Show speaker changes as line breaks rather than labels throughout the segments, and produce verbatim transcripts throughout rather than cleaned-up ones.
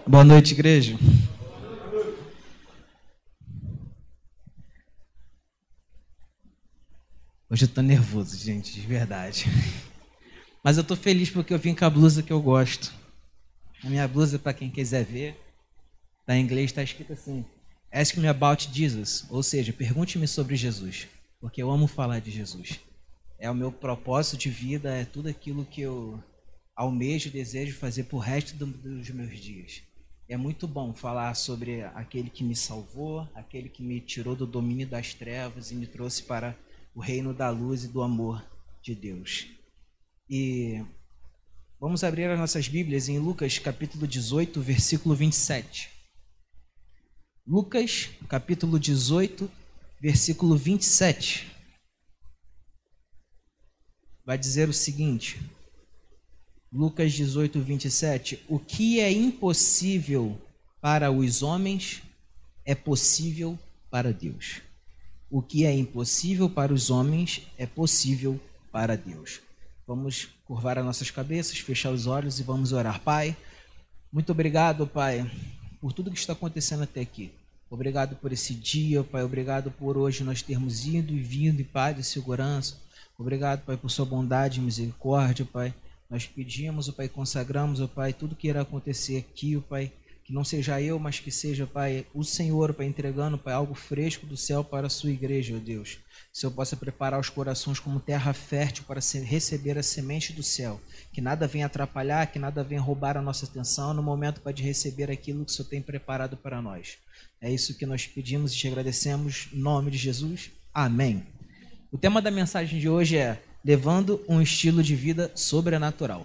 Boa noite, igreja. Hoje eu tô nervoso, gente, de verdade. Mas eu tô feliz porque eu vim com a blusa que eu gosto. A minha blusa, para quem quiser ver, tá em inglês, tá escrito assim: Ask me about Jesus, ou seja, pergunte-me sobre Jesus, porque eu amo falar de Jesus. É o meu propósito de vida, é tudo aquilo que eu almejo e desejo fazer pro resto do, dos meus dias. É muito bom falar sobre aquele que me salvou, aquele que me tirou do domínio das trevas e me trouxe para o reino da luz e do amor de Deus. E vamos abrir as nossas Bíblias em Lucas capítulo dezoito, versículo vinte e sete. Lucas capítulo dezoito, versículo vinte e sete. Vai dizer o seguinte: Lucas dezoito, vinte e sete. O que é impossível para os homens é possível para Deus. O que é impossível para os homens é possível para Deus. Vamos curvar as nossas cabeças, fechar os olhos e vamos orar. Pai, muito obrigado, Pai, por tudo que está acontecendo até aqui. Obrigado por esse dia, Pai. Obrigado por hoje nós termos ido e vindo em paz e segurança. Obrigado, Pai, por sua bondade e misericórdia, Pai. Nós pedimos, ó Pai, consagramos, ó Pai, tudo que irá acontecer aqui, ó Pai, que não seja eu, mas que seja, Pai, o Senhor, Pai, entregando, Pai, algo fresco do céu para a sua igreja, ó Deus. Que o Senhor possa preparar os corações como terra fértil para receber a semente do céu. Que nada venha atrapalhar, que nada venha roubar a nossa atenção no momento, Pai, de receber aquilo que o Senhor tem preparado para nós. É isso que nós pedimos e te agradecemos, em nome de Jesus. Amém. O tema da mensagem de hoje é levando um estilo de vida sobrenatural.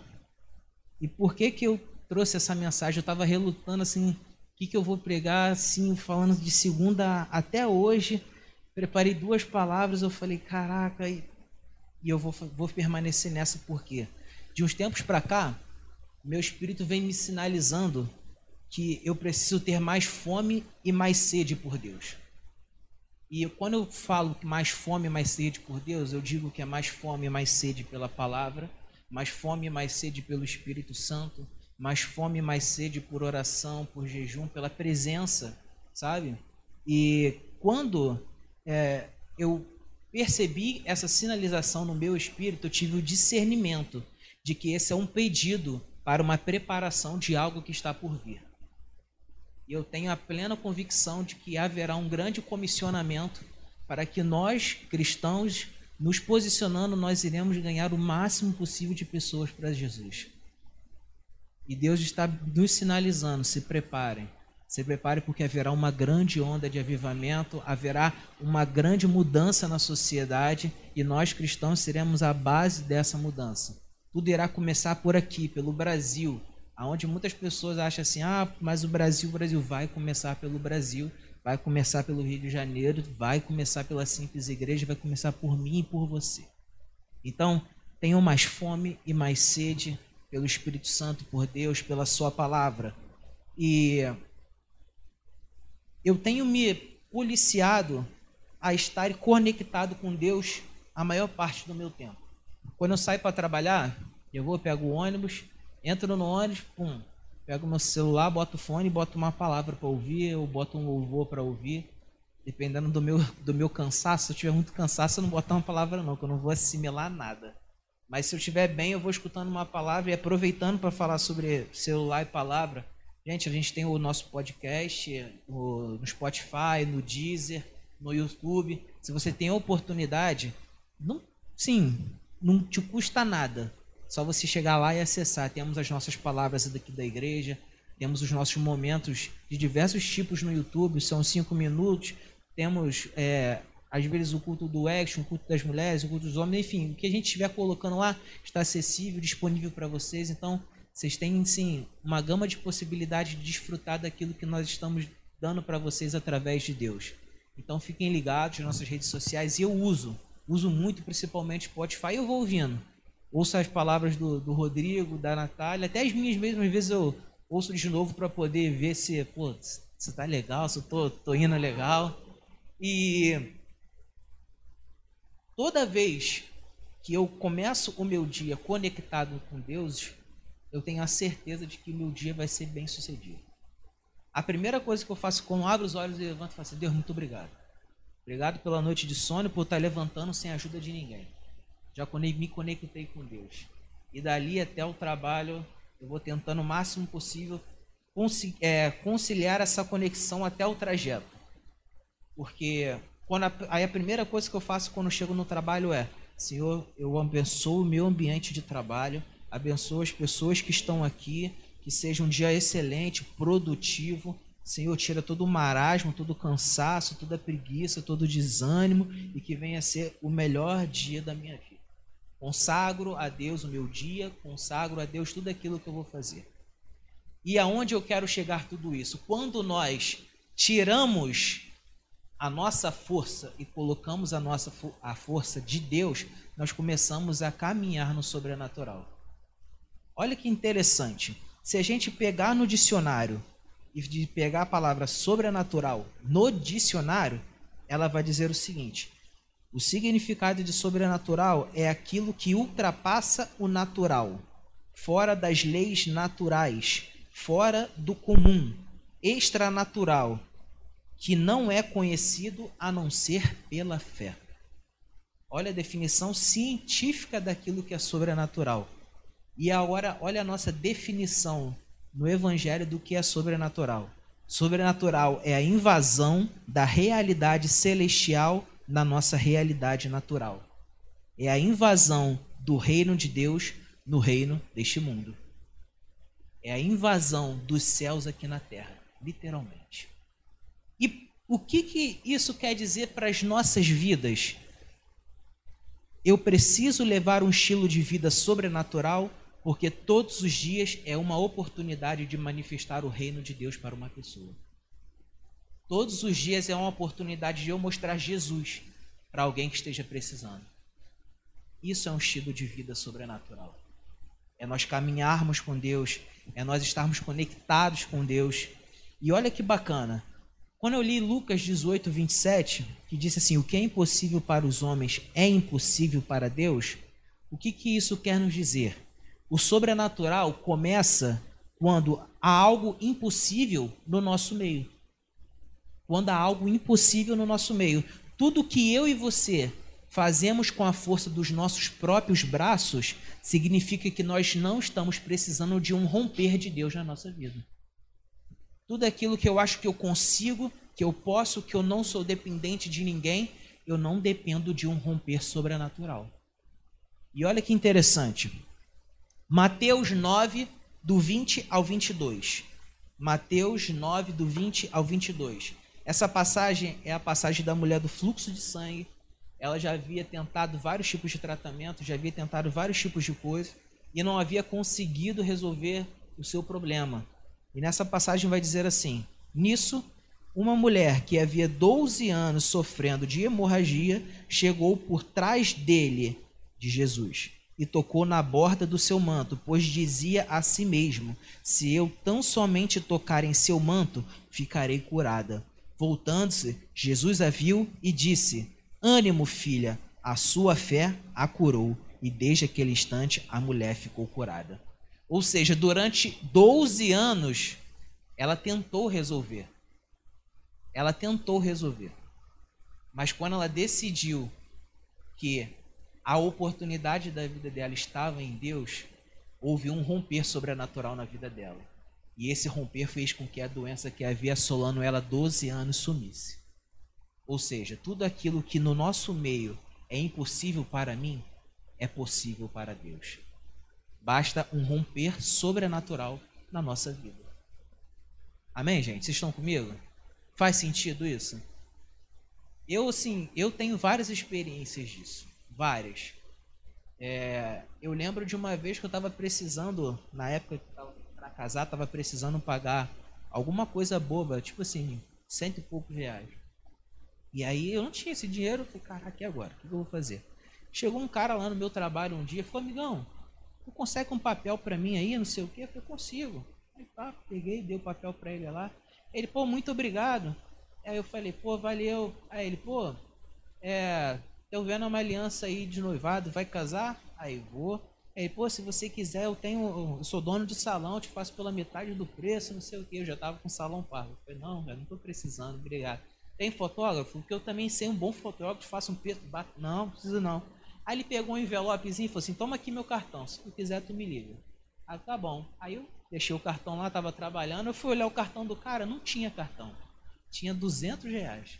E por que que eu trouxe essa mensagem? Eu estava relutando assim, o que que eu vou pregar, assim, falando de segunda até hoje. Preparei duas palavras, eu falei, caraca, e, e eu vou, vou permanecer nessa porque de uns tempos para cá, meu espírito vem me sinalizando que eu preciso ter mais fome e mais sede por Deus. E quando eu falo que mais fome e mais sede por Deus, eu digo que é mais fome e mais sede pela palavra, mais fome e mais sede pelo Espírito Santo, mais fome e mais sede por oração, por jejum, pela presença, sabe? E quando é, eu percebi essa sinalização no meu espírito, eu tive o discernimento de que esse é um pedido para uma preparação de algo que está por vir. E eu tenho a plena convicção de que haverá um grande comissionamento para que nós, cristãos, nos posicionando, nós iremos ganhar o máximo possível de pessoas para Jesus. E Deus está nos sinalizando, se preparem. Se preparem porque haverá uma grande onda de avivamento, haverá uma grande mudança na sociedade e nós, cristãos, seremos a base dessa mudança. Tudo irá começar por aqui, pelo Brasil, aonde muitas pessoas acham assim, ah, mas o Brasil, o Brasil vai começar pelo Brasil, vai começar pelo Rio de Janeiro, vai começar pela simples igreja, vai começar por mim e por você. Então, tenham mais fome e mais sede pelo Espírito Santo, por Deus, pela sua palavra. E eu tenho me policiado a estar conectado com Deus a maior parte do meu tempo. Quando eu saio para trabalhar, eu vou, pego o ônibus, entro no ônibus, pum, pego meu celular, boto o fone, boto uma palavra para ouvir, ou boto um louvor para ouvir, dependendo do meu, do meu cansaço. Se eu estiver muito cansaço, eu não boto uma palavra não, que eu não vou assimilar nada. Mas se eu estiver bem, eu vou escutando uma palavra e aproveitando para falar sobre celular e palavra. Gente, a gente tem o nosso podcast no Spotify, no Deezer, no YouTube. Se você tem a oportunidade, não, sim, não te custa nada. Só você chegar lá e acessar. Temos as nossas palavras daqui da igreja, temos os nossos momentos de diversos tipos no YouTube, são cinco minutos, temos, é, às vezes, o culto do action, o culto das mulheres, o culto dos homens, enfim, o que a gente estiver colocando lá está acessível, disponível para vocês, então vocês têm, sim, uma gama de possibilidades de desfrutar daquilo que nós estamos dando para vocês através de Deus. Então fiquem ligados nas nossas redes sociais, e eu uso, uso muito, principalmente Spotify, e eu vou ouvindo. Ouço as palavras do, do Rodrigo, da Natália, até as minhas mesmas, às vezes eu ouço de novo para poder ver se, pô, se tá legal, se eu tô, tô indo legal. E toda vez que eu começo o meu dia conectado com Deus, eu tenho a certeza de que o meu dia vai ser bem sucedido. a primeira coisa que eu faço quando abro os olhos e levanto e falo assim, Deus, muito obrigado. Obrigado pela noite de sono, por estar levantando sem a ajuda de ninguém. Já me conectei com Deus. E dali até o trabalho, eu vou tentando o máximo possível conciliar essa conexão até o trajeto. Porque quando a, aí a primeira coisa que eu faço quando eu chego no trabalho é, Senhor, eu abençoo o meu ambiente de trabalho, abençoo as pessoas que estão aqui, que seja um dia excelente, produtivo. Senhor, tira todo o marasmo, todo o cansaço, toda a preguiça, todo o desânimo e que venha a ser o melhor dia da minha vida. Consagro a Deus o meu dia, consagro a Deus tudo aquilo que eu vou fazer. E aonde eu quero chegar tudo isso? Quando nós tiramos a nossa força e colocamos a nossa a força de Deus, nós começamos a caminhar no sobrenatural. Olha que interessante. Se a gente pegar no dicionário e de pegar a palavra sobrenatural no dicionário, ela vai dizer o seguinte: o significado de sobrenatural é aquilo que ultrapassa o natural, fora das leis naturais, fora do comum, extranatural, que não é conhecido a não ser pela fé. Olha a definição científica daquilo que é sobrenatural. E agora, olha a nossa definição no Evangelho do que é sobrenatural. Sobrenatural é a invasão da realidade celestial na nossa realidade natural. É a invasão do reino de Deus no reino deste mundo. É a invasão dos céus aqui na terra, literalmente. E o que, que isso quer dizer para as nossas vidas? Eu preciso levar um estilo de vida sobrenatural, porque todos os dias é uma oportunidade de manifestar o reino de Deus para uma pessoa. Todos os dias é uma oportunidade de eu mostrar Jesus para alguém que esteja precisando. Isso é um estilo de vida sobrenatural. É nós caminharmos com Deus, é nós estarmos conectados com Deus. E olha que bacana. Quando eu li Lucas dezoito, vinte e sete, que disse assim, o que é impossível para os homens é impossível para Deus, o que, que isso quer nos dizer? O sobrenatural começa quando há algo impossível no nosso meio. Quando há algo impossível no nosso meio. Tudo que eu e você fazemos com a força dos nossos próprios braços significa que nós não estamos precisando de um romper de Deus na nossa vida. Tudo aquilo que eu acho que eu consigo, que eu posso, que eu não sou dependente de ninguém, eu não dependo de um romper sobrenatural. E olha que interessante. Mateus nove, do vinte ao vinte e dois. Mateus nove, do vinte ao vinte e dois. Essa passagem é a passagem da mulher do fluxo de sangue. Ela já havia tentado vários tipos de tratamento, já havia tentado vários tipos de coisas e não havia conseguido resolver o seu problema. E nessa passagem vai dizer assim, nisso, uma mulher que havia doze anos sofrendo de hemorragia chegou por trás dele, de Jesus, e tocou na borda do seu manto, pois dizia a si mesmo, se eu tão somente tocar em seu manto, ficarei curada. Voltando-se, Jesus a viu e disse, ânimo, filha, a sua fé a curou. E desde aquele instante a mulher ficou curada. Ou seja, durante doze anos, ela tentou resolver. Ela tentou resolver. Mas quando ela decidiu que a oportunidade da vida dela estava em Deus, houve um romper sobrenatural na vida dela. E esse romper fez com que a doença que havia assolando ela doze anos sumisse. Ou seja, tudo aquilo que no nosso meio é impossível para mim, é possível para Deus. Basta um romper sobrenatural na nossa vida. Amém, gente? Vocês estão comigo? Faz sentido isso? Eu, assim, eu tenho várias experiências disso. Várias. É, eu lembro de uma vez que eu estava precisando, na época que eu estava para casar, estava precisando pagar alguma coisa boba, tipo assim, cento e poucos reais. E aí eu não tinha esse dinheiro, eu falei, caraca, e agora? O que eu vou fazer? Chegou um cara lá no meu trabalho um dia e falou, amigão, tu consegue um papel para mim aí, não sei o quê? Eu falei, consigo. Aí tá, peguei, dei o papel para ele lá. Ele, pô, muito obrigado. Aí eu falei, pô, valeu. Aí ele, pô, é, tô vendo uma aliança aí de noivado, vai casar? Aí vou. Aí, pô, se você quiser, eu tenho, eu sou dono de salão, eu te faço pela metade do preço, não sei o que. Eu já tava com salão pago. Eu falei, não, velho, não tô precisando, obrigado. Tem fotógrafo? Porque eu também sei um bom fotógrafo, faço um preço, bato. Não, não precisa não. Aí ele pegou um envelopezinho e falou assim, toma aqui meu cartão, se tu quiser tu me liga. Aí tá bom. Aí eu deixei o cartão lá, tava trabalhando, eu fui olhar o cartão do cara, não tinha cartão. Tinha duzentos reais.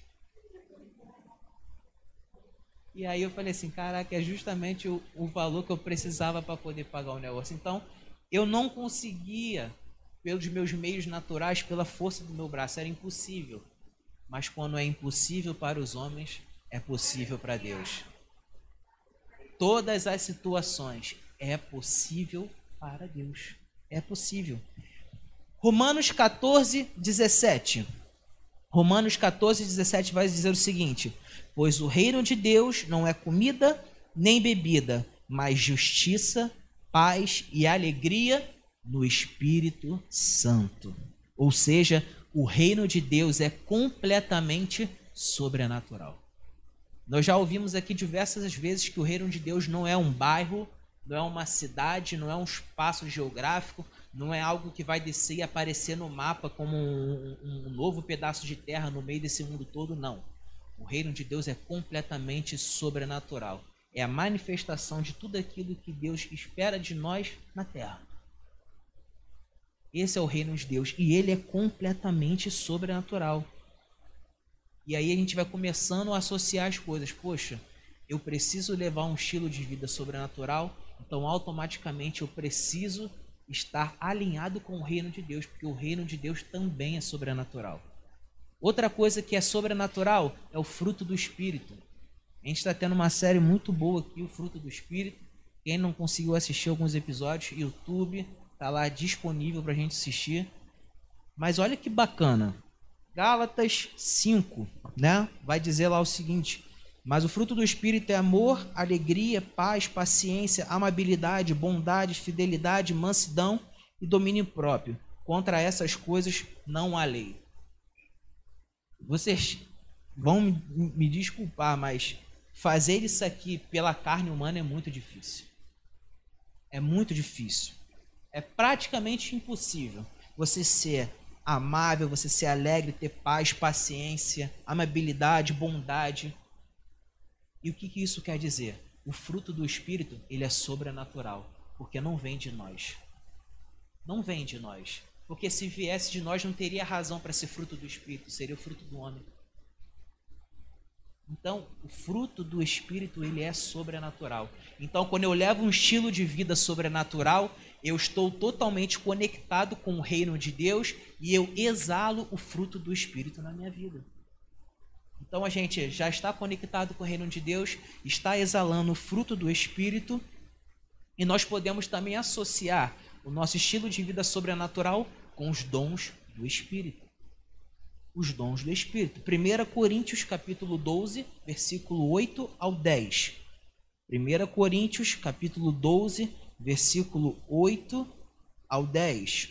E aí eu falei assim, caraca, é justamente o, o valor que eu precisava para poder pagar o negócio. Então, eu não conseguia, pelos meus meios naturais, pela força do meu braço, era impossível. Mas quando é impossível para os homens, é possível para Deus. Todas as situações, é possível para Deus. É possível. Romanos quatorze, dezessete. Romanos quatorze, dezessete vai dizer o seguinte: pois o reino de Deus não é comida nem bebida, mas justiça, paz e alegria no Espírito Santo. Ou seja, o reino de Deus é completamente sobrenatural. Nós já ouvimos aqui diversas vezes que o reino de Deus não é um bairro, não é uma cidade, não é um espaço geográfico, não é algo que vai descer e aparecer no mapa como um, um, um novo pedaço de terra no meio desse mundo todo, não. O reino de Deus é completamente sobrenatural. É a manifestação de tudo aquilo que Deus espera de nós na terra. Esse é o reino de Deus e ele é completamente sobrenatural. E aí a gente vai começando a associar as coisas. Poxa, eu preciso levar um estilo de vida sobrenatural, então automaticamente eu preciso estar alinhado com o reino de Deus, porque o reino de Deus também é sobrenatural. Outra coisa que é sobrenatural é o fruto do Espírito. A gente está tendo uma série muito boa aqui, o fruto do Espírito. Quem não conseguiu assistir alguns episódios, YouTube está lá disponível para a gente assistir. Mas olha que bacana. Gálatas cinco, né? Vai dizer lá o seguinte: mas o fruto do Espírito é amor, alegria, paz, paciência, amabilidade, bondade, fidelidade, mansidão e domínio próprio. Contra essas coisas não há lei. Vocês vão me desculpar, mas fazer isso aqui pela carne humana é muito difícil. É muito difícil. É praticamente impossível você ser amável, você ser alegre, ter paz, paciência, amabilidade, bondade. E o que, que isso quer dizer? O fruto do Espírito, ele é sobrenatural, porque não vem de nós. Não vem de nós. Porque se viesse de nós, não teria razão para ser fruto do Espírito, seria o fruto do homem. Então, o fruto do Espírito, ele é sobrenatural. Então, quando eu levo um estilo de vida sobrenatural, eu estou totalmente conectado com o reino de Deus e eu exalo o fruto do Espírito na minha vida. Então, a gente já está conectado com o reino de Deus, está exalando o fruto do Espírito e nós podemos também associar o nosso estilo de vida sobrenatural com os dons do Espírito. Os dons do Espírito. primeira Coríntios capítulo doze, versículo oito ao dez. primeira Coríntios capítulo doze, versículo oito ao dez.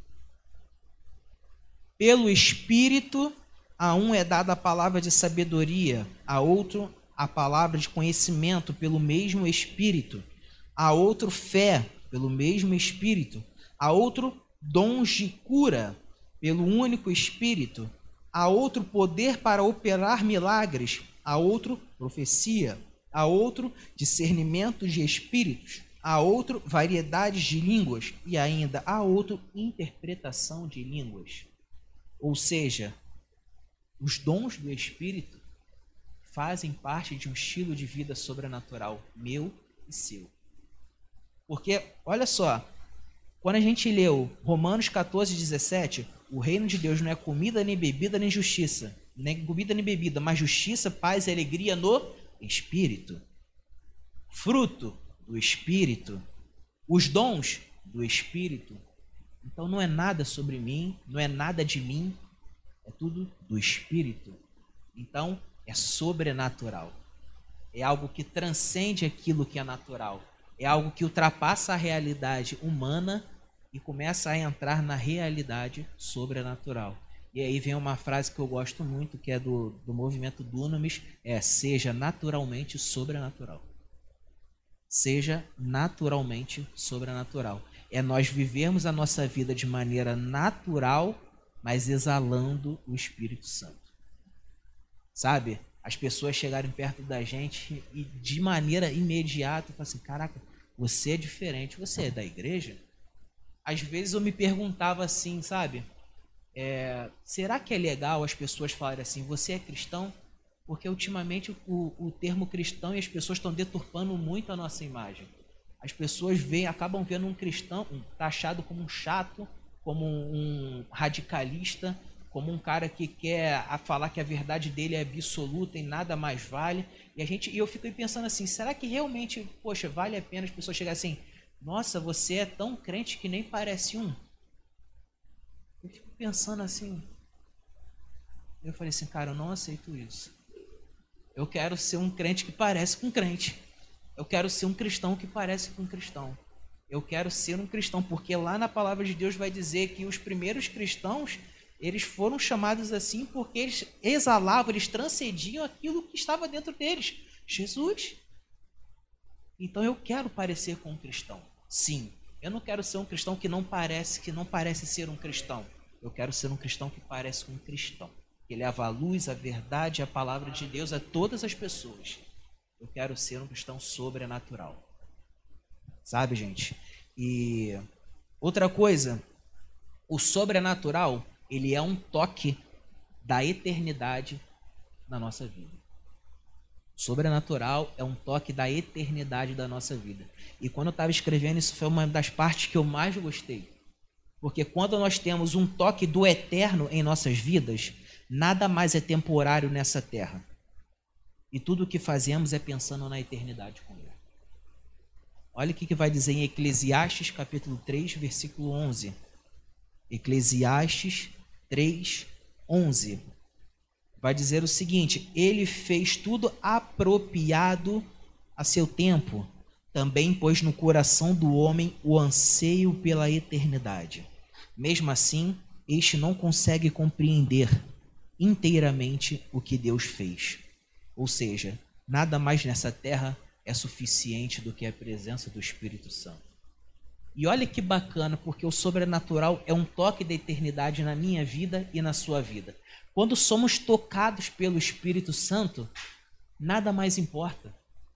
Pelo Espírito, a um é dada a palavra de sabedoria, a outro a palavra de conhecimento pelo mesmo Espírito, a outro fé pelo mesmo Espírito, a outro dons de cura pelo único Espírito, a outro poder para operar milagres, a outro profecia, a outro discernimento de espíritos, a outro variedades de línguas e ainda a outro interpretação de línguas. Ou seja, os dons do Espírito fazem parte de um estilo de vida sobrenatural meu e seu. Porque, olha só, quando a gente leu Romanos quatorze, dezessete, o reino de Deus não é comida, nem bebida, nem justiça. Nem comida, nem bebida, mas justiça, paz e alegria no Espírito. Fruto do Espírito. Os dons do Espírito. Então não é nada sobre mim, não é nada de mim, é tudo do Espírito. Então é sobrenatural. É algo que transcende aquilo que é natural. É algo que ultrapassa a realidade humana e começa a entrar na realidade sobrenatural. E aí vem uma frase que eu gosto muito, que é do, do movimento Dunamis, é seja naturalmente sobrenatural. seja naturalmente sobrenatural. É nós vivermos a nossa vida de maneira natural, mas exalando o Espírito Santo. Sabe? As pessoas chegarem perto da gente e de maneira imediata falam assim, caraca, você é diferente, você é da igreja? Às vezes eu me perguntava assim, sabe? É, será que é legal as pessoas falarem assim, você é cristão? Porque ultimamente o, o termo cristão e as pessoas estão deturpando muito a nossa imagem. As pessoas veem, acabam vendo um cristão um, taxado como um chato, como um, um radicalista, como um cara que quer a falar que a verdade dele é absoluta e nada mais vale. E a gente, e eu fico pensando assim, será que realmente, poxa, vale a pena as pessoas chegarem assim, nossa, você é tão crente que nem parece um? Eu fico pensando assim, eu falei assim, cara, eu não aceito isso. Eu quero ser um crente que parece com um crente. Eu quero ser um cristão que parece com um cristão. Eu quero ser um cristão, porque lá na palavra de Deus vai dizer que os primeiros cristãos, eles foram chamados assim porque eles exalavam, eles transcendiam aquilo que estava dentro deles. Jesus. Então eu quero parecer com um cristão. Sim. Eu não quero ser um cristão que não parece, que não parece ser um cristão. Eu quero ser um cristão que parece com um cristão. Que leva a luz, a verdade, a palavra de Deus a todas as pessoas. Eu quero ser um cristão sobrenatural. Sabe, gente? E outra coisa, o sobrenatural, ele é um toque da eternidade na nossa vida. O sobrenatural é um toque da eternidade da nossa vida. E quando eu estava escrevendo, isso foi uma das partes que eu mais gostei. Porque quando nós temos um toque do eterno em nossas vidas, nada mais é temporário nessa terra. E tudo o que fazemos é pensando na eternidade com Ele. Olha o que vai dizer em Eclesiastes capítulo três, versículo onze. Eclesiastes três, onze. Vai dizer o seguinte, ele fez tudo apropriado a seu tempo, também pôs no coração do homem o anseio pela eternidade. Mesmo assim, este não consegue compreender inteiramente o que Deus fez. Ou seja, nada mais nessa terra é suficiente do que a presença do Espírito Santo. E olha que bacana, porque o sobrenatural é um toque da eternidade na minha vida e na sua vida. Quando somos tocados pelo Espírito Santo, nada mais importa.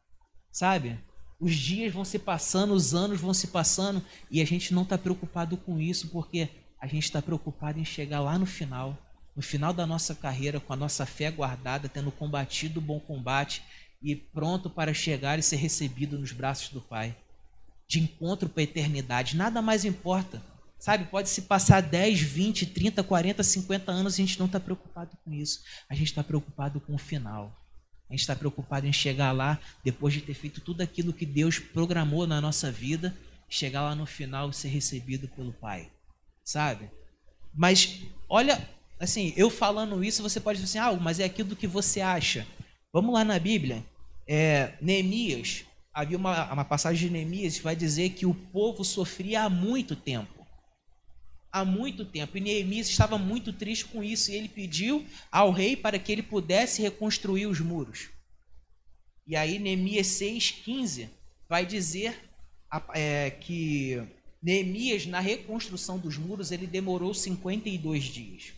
Sabe? Os dias vão se passando, os anos vão se passando e a gente não está preocupado com isso, porque a gente está preocupado em chegar lá no final, no final da nossa carreira, com a nossa fé guardada, tendo combatido o bom combate e pronto para chegar e ser recebido nos braços do Pai. De encontro para a eternidade, nada mais importa. Sabe, pode se passar dez, vinte, trinta, quarenta, cinquenta anos e a gente não está preocupado com isso. A gente está preocupado com o final. A gente está preocupado em chegar lá, depois de ter feito tudo aquilo que Deus programou na nossa vida, chegar lá no final e ser recebido pelo Pai. Sabe? Mas, olha, assim, eu falando isso, você pode dizer assim, ah, mas é aquilo que você acha. Vamos lá na Bíblia. É, Neemias, havia uma, uma passagem de Neemias que vai dizer que o povo sofria há muito tempo. Há muito tempo. E Neemias estava muito triste com isso. E ele pediu ao rei para que ele pudesse reconstruir os muros. E aí Neemias seis, quinze vai dizer é, que Neemias, na reconstrução dos muros, ele demorou cinquenta e dois dias.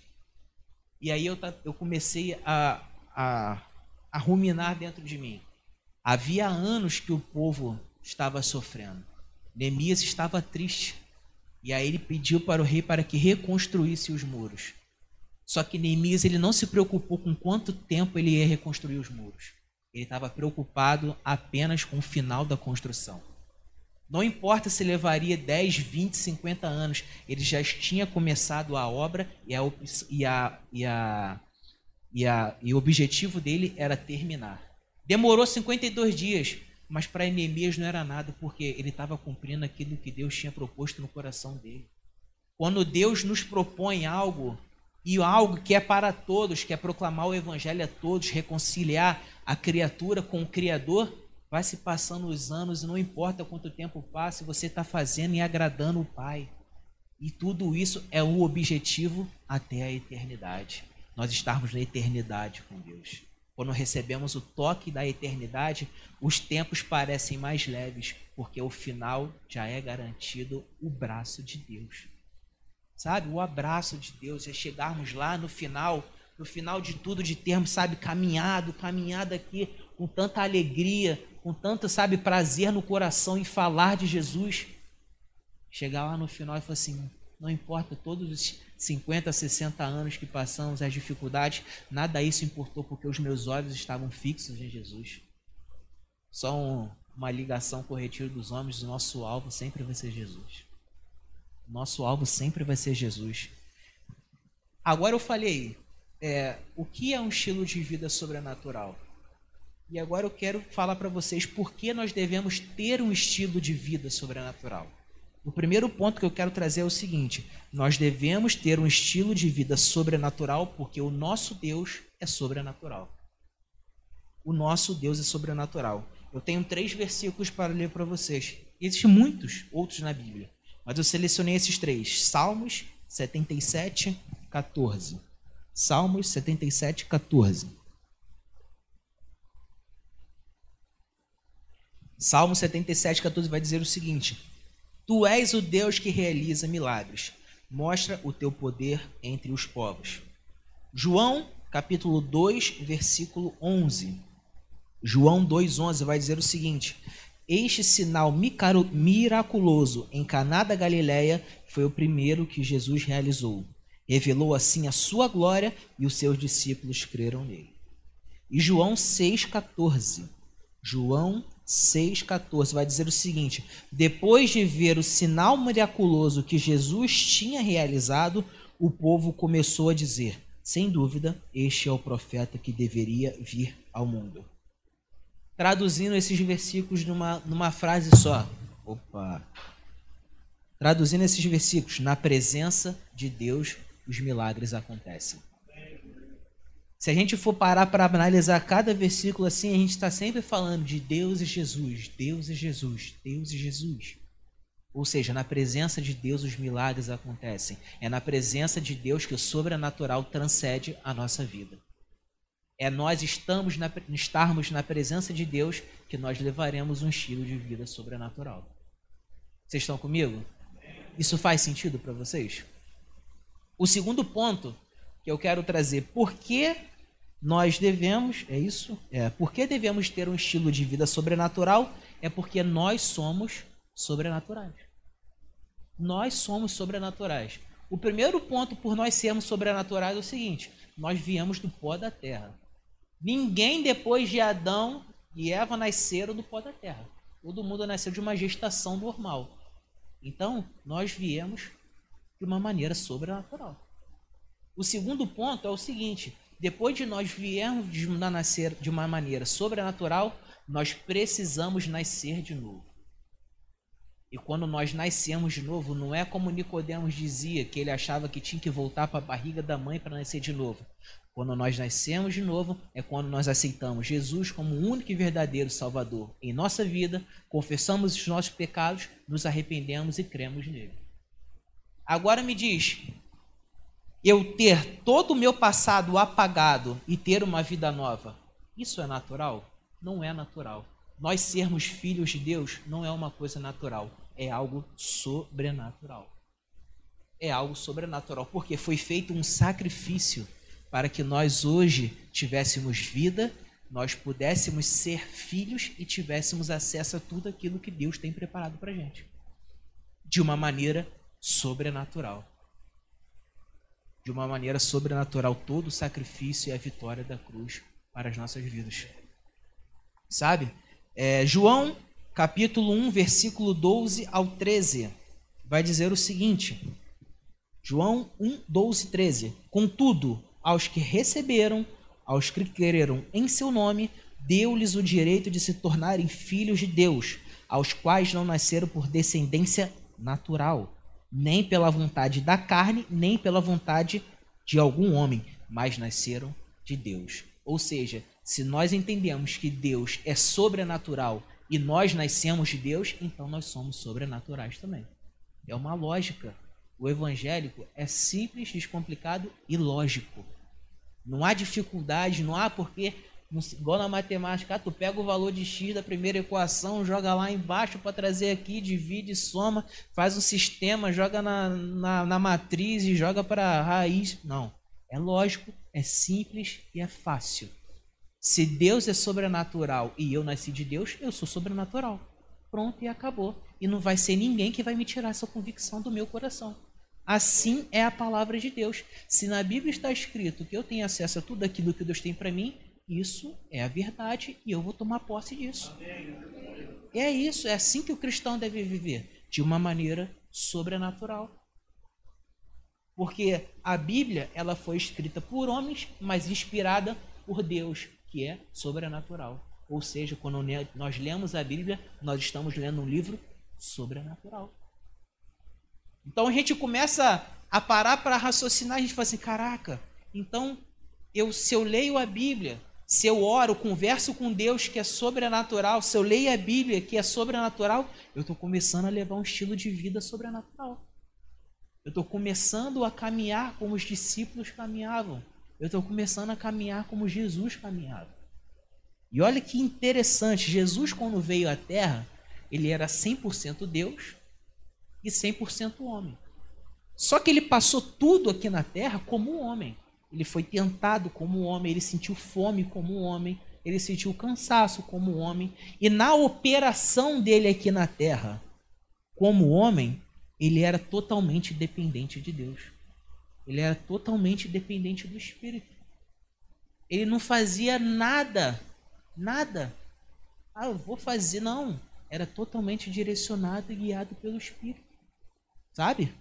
E aí eu, eu comecei a, a, a ruminar dentro de mim. Havia anos que o povo estava sofrendo. Neemias estava triste. E aí ele pediu para o rei para que reconstruísse os muros. Só que Neemias ele não se preocupou com quanto tempo ele ia reconstruir os muros. Ele estava preocupado apenas com o final da construção. Não importa se levaria dez, vinte, cinquenta anos, ele já tinha começado a obra e, a, e, a, e, a, e, a, e o objetivo dele era terminar. Demorou cinquenta e dois dias, mas para Neemias não era nada, porque ele estava cumprindo aquilo que Deus tinha proposto no coração dele. Quando Deus nos propõe algo, e algo que é para todos, que é proclamar o evangelho a todos, reconciliar a criatura com o Criador, vai se passando os anos e não importa quanto tempo passe, você está fazendo e agradando o Pai. E tudo isso é o objetivo até a eternidade. Nós estarmos na eternidade com Deus. Quando recebemos o toque da eternidade, os tempos parecem mais leves, porque o final já é garantido, o braço de Deus. Sabe, o abraço de Deus é chegarmos lá no final, no final de tudo, de termos, sabe, caminhado, caminhado aqui com tanta alegria, com tanto, sabe, prazer no coração em falar de Jesus. Chegar lá no final e falar assim, não importa todos os cinquenta, sessenta anos que passamos, as dificuldades, nada isso importou porque os meus olhos estavam fixos em Jesus. Só um, uma ligação com o retiro dos homens, o nosso alvo sempre vai ser Jesus. O nosso alvo sempre vai ser Jesus. Agora eu falei, é, o que é um estilo de vida sobrenatural? E agora eu quero falar para vocês por que nós devemos ter um estilo de vida sobrenatural. O primeiro ponto que eu quero trazer é o seguinte: nós devemos ter um estilo de vida sobrenatural porque o nosso Deus é sobrenatural. O nosso Deus é sobrenatural. Eu tenho três versículos para ler para vocês. Existem muitos outros na Bíblia, mas eu selecionei esses três. Salmos setenta e sete, quatorze. Salmos setenta e sete, quatorze. Salmo setenta e sete, quatorze vai dizer o seguinte: Tu és o Deus que realiza milagres. Mostra o teu poder entre os povos. João, capítulo dois, versículo onze. João dois, onze vai dizer o seguinte: Este sinal miraculoso em Caná da Galileia foi o primeiro que Jesus realizou. Revelou assim a sua glória e os seus discípulos creram nele. E João seis, quatorze. João seis, quatorze vai dizer o seguinte: Depois de ver o sinal miraculoso que Jesus tinha realizado, o povo começou a dizer: sem dúvida, este é o profeta que deveria vir ao mundo. Traduzindo esses versículos numa, numa frase só. Opa! Traduzindo esses versículos, na presença de Deus, os milagres acontecem. Se a gente for parar para analisar cada versículo assim, a gente está sempre falando de Deus e Jesus, Deus e Jesus, Deus e Jesus. Ou seja, na presença de Deus os milagres acontecem. É na presença de Deus que o sobrenatural transcende a nossa vida. É nós estamos na, estarmos na presença de Deus que nós levaremos um estilo de vida sobrenatural. Vocês estão comigo? Isso faz sentido para vocês? O segundo ponto que eu quero trazer, por que nós devemos, é isso? É, por que devemos ter um estilo de vida sobrenatural? É porque nós somos sobrenaturais. Nós somos sobrenaturais. O primeiro ponto por nós sermos sobrenaturais é o seguinte: nós viemos do pó da terra. Ninguém depois de Adão e Eva nasceram do pó da terra. Todo mundo nasceu de uma gestação normal. Então, nós viemos de uma maneira sobrenatural. O segundo ponto é o seguinte: depois de nós viermos de nascer de uma maneira sobrenatural, nós precisamos nascer de novo. E quando nós nascemos de novo, não é como Nicodemos dizia, que ele achava que tinha que voltar para a barriga da mãe para nascer de novo. Quando nós nascemos de novo, é quando nós aceitamos Jesus como o único e verdadeiro Salvador em nossa vida, confessamos os nossos pecados, nos arrependemos e cremos nele. Agora me diz, eu ter todo o meu passado apagado e ter uma vida nova, isso é natural? Não é natural. Nós sermos filhos de Deus não é uma coisa natural, é algo sobrenatural. É algo sobrenatural, porque foi feito um sacrifício para que nós hoje tivéssemos vida, nós pudéssemos ser filhos e tivéssemos acesso a tudo aquilo que Deus tem preparado para a gente. De uma maneira sobrenatural. De uma maneira sobrenatural, todo o sacrifício e a vitória da cruz para as nossas vidas. Sabe? É, João, capítulo um, versículo doze ao treze, vai dizer o seguinte. João um, doze, treze. Contudo, aos que receberam, aos que creram em seu nome, deu-lhes o direito de se tornarem filhos de Deus, aos quais não nasceram por descendência natural, nem pela vontade da carne, nem pela vontade de algum homem, mas nasceram de Deus. Ou seja, se nós entendemos que Deus é sobrenatural e nós nascemos de Deus, então nós somos sobrenaturais também. É uma lógica. O evangélico é simples, descomplicado e lógico. Não há dificuldade, não há porque Igual na matemática, ah, tu pega o valor de x da primeira equação, joga lá embaixo para trazer aqui, divide, soma, faz um sistema, joga na, na, na matriz e joga para a raiz. Não, é lógico, é simples e é fácil. Se Deus é sobrenatural e eu nasci de Deus, eu sou sobrenatural. Pronto, e acabou. E não vai ser ninguém que vai me tirar essa convicção do meu coração. Assim é a palavra de Deus. Se na Bíblia está escrito que eu tenho acesso a tudo aquilo que Deus tem para mim, isso é a verdade e eu vou tomar posse disso. É isso, é assim que o cristão deve viver, de uma maneira sobrenatural. Porque a Bíblia, ela foi escrita por homens, mas inspirada por Deus, que é sobrenatural. Ou seja, quando nós lemos a Bíblia, nós estamos lendo um livro sobrenatural. Então a gente começa a parar para raciocinar, a gente fala assim, caraca, então eu, se eu leio a Bíblia, se eu oro, converso com Deus que é sobrenatural, se eu leio a Bíblia que é sobrenatural, eu estou começando a levar um estilo de vida sobrenatural. Eu estou começando a caminhar como os discípulos caminhavam. Eu estou começando a caminhar como Jesus caminhava. E olha que interessante, Jesus quando veio à Terra, ele era cem por cento Deus e cem por cento homem. Só que ele passou tudo aqui na Terra como um homem. Ele foi tentado como um homem, ele sentiu fome como um homem, ele sentiu cansaço como um homem. E na operação dele aqui na Terra, como homem, ele era totalmente dependente de Deus. Ele era totalmente dependente do Espírito. Ele não fazia nada, nada. Ah, eu vou fazer, não. Era totalmente direcionado e guiado pelo Espírito. Sabe?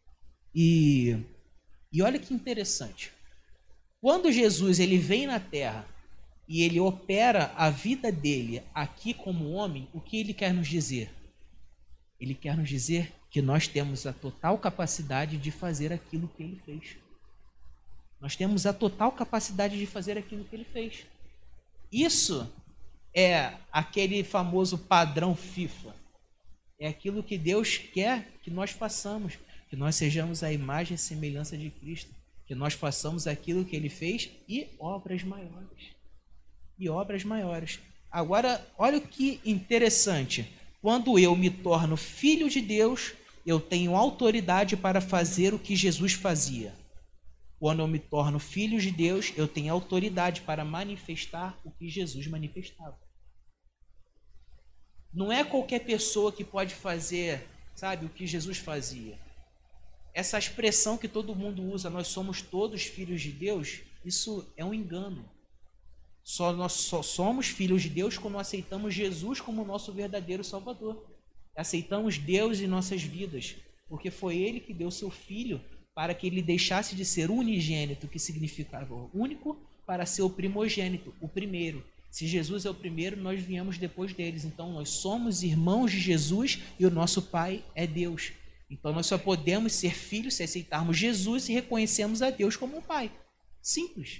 E, e olha que interessante. Quando Jesus ele vem na Terra e ele opera a vida dele aqui como homem, o que ele quer nos dizer? Ele quer nos dizer que nós temos a total capacidade de fazer aquilo que ele fez. Nós temos a total capacidade de fazer aquilo que ele fez. Isso é aquele famoso padrão FIFA. É aquilo que Deus quer que nós façamos, que nós sejamos a imagem e semelhança de Cristo. Que nós façamos aquilo que ele fez e obras maiores. E obras maiores. Agora, olha que interessante. Quando eu me torno filho de Deus, eu tenho autoridade para fazer o que Jesus fazia. Quando eu me torno filho de Deus, eu tenho autoridade para manifestar o que Jesus manifestava. Não é qualquer pessoa que pode fazer, sabe, o que Jesus fazia. Essa expressão que todo mundo usa, nós somos todos filhos de Deus, isso é um engano. Só nós só somos filhos de Deus quando aceitamos Jesus como nosso verdadeiro Salvador. Aceitamos Deus em nossas vidas, porque foi Ele que deu seu Filho para que Ele deixasse de ser unigênito, que significava único, para ser o primogênito, o primeiro. Se Jesus é o primeiro, nós viemos depois deles. Então nós somos irmãos de Jesus e o nosso Pai é Deus. Então nós só podemos ser filhos se aceitarmos Jesus e reconhecermos a Deus como um Pai. Simples.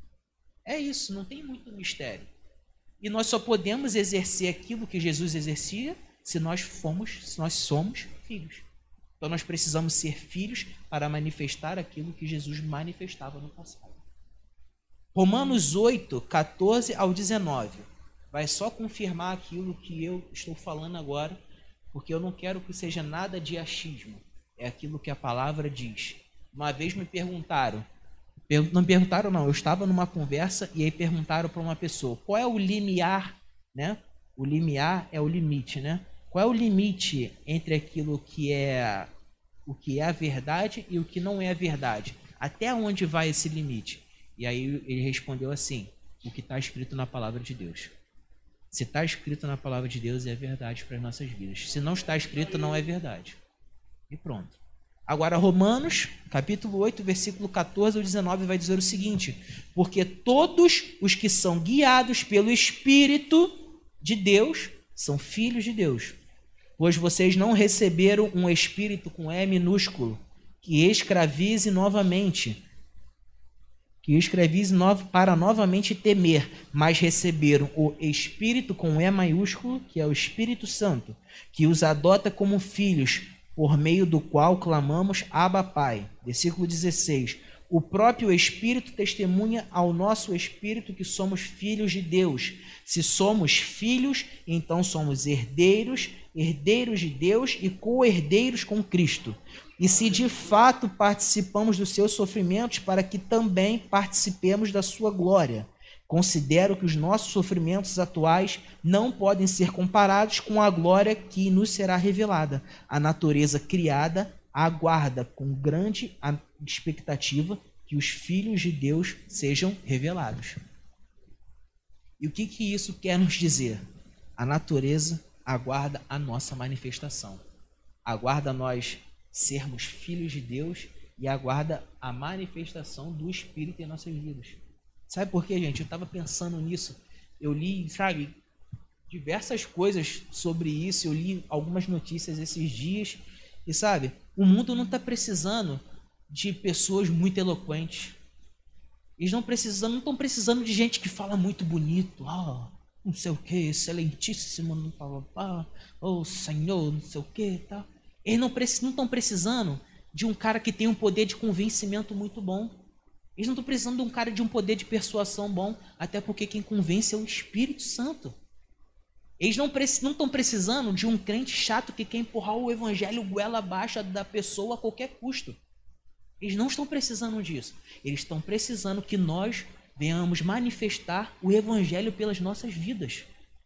É isso, não tem muito mistério. E nós só podemos exercer aquilo que Jesus exercia se nós fomos, se nós somos filhos. Então nós precisamos ser filhos para manifestar aquilo que Jesus manifestava no passado. Romanos oito, quatorze ao dezenove. Vai só confirmar aquilo que eu estou falando agora, porque eu não quero que seja nada de achismo. É aquilo que a palavra diz. Uma vez me perguntaram, não me perguntaram não, eu estava numa conversa e aí perguntaram para uma pessoa, qual é o limiar, né? O limiar é o limite, né? Qual é o limite entre aquilo que é o que é a verdade e o que não é a verdade? Até onde vai esse limite? E aí ele respondeu assim, o que está escrito na palavra de Deus. Se está escrito na palavra de Deus, é verdade para as nossas vidas. Se não está escrito, não é verdade. E pronto. Agora, Romanos, capítulo oito, versículo quatorze ao dezenove, vai dizer o seguinte, porque todos os que são guiados pelo Espírito de Deus são filhos de Deus. Pois vocês não receberam um espírito com E minúsculo, que escravize novamente, que escravize para novamente temer, mas receberam o Espírito com E maiúsculo, que é o Espírito Santo, que os adota como filhos, por meio do qual clamamos Abba Pai. Versículo dezesseis. O próprio Espírito testemunha ao nosso espírito que somos filhos de Deus. Se somos filhos, então somos herdeiros, herdeiros de Deus e co-herdeiros com Cristo. E se de fato participamos dos seus sofrimentos, para que também participemos da sua glória. Considero que os nossos sofrimentos atuais não podem ser comparados com a glória que nos será revelada. A natureza criada aguarda com grande expectativa que os filhos de Deus sejam revelados. E o que, que isso quer nos dizer? A natureza aguarda a nossa manifestação. Aguarda nós sermos filhos de Deus e aguarda a manifestação do Espírito em nossas vidas. Sabe por quê, gente? Eu estava pensando nisso. Eu li, sabe, diversas coisas sobre isso. Eu li algumas notícias esses dias. E, sabe, o mundo não está precisando de pessoas muito eloquentes. Eles não precisam, não estão precisando de gente que fala muito bonito. Ah, não sei o que, excelentíssimo, não pá, oh Senhor, não sei o que, tá? Eles não estão precisando de um cara que tem um poder de convencimento muito bom. Eles não estão precisando de um cara de um poder de persuasão bom, até porque quem convence é o Espírito Santo. Eles não estão precisando de um crente chato que quer empurrar o evangelho goela abaixo da pessoa a qualquer custo. Eles não estão precisando disso. Eles estão precisando que nós venhamos manifestar o evangelho pelas nossas vidas.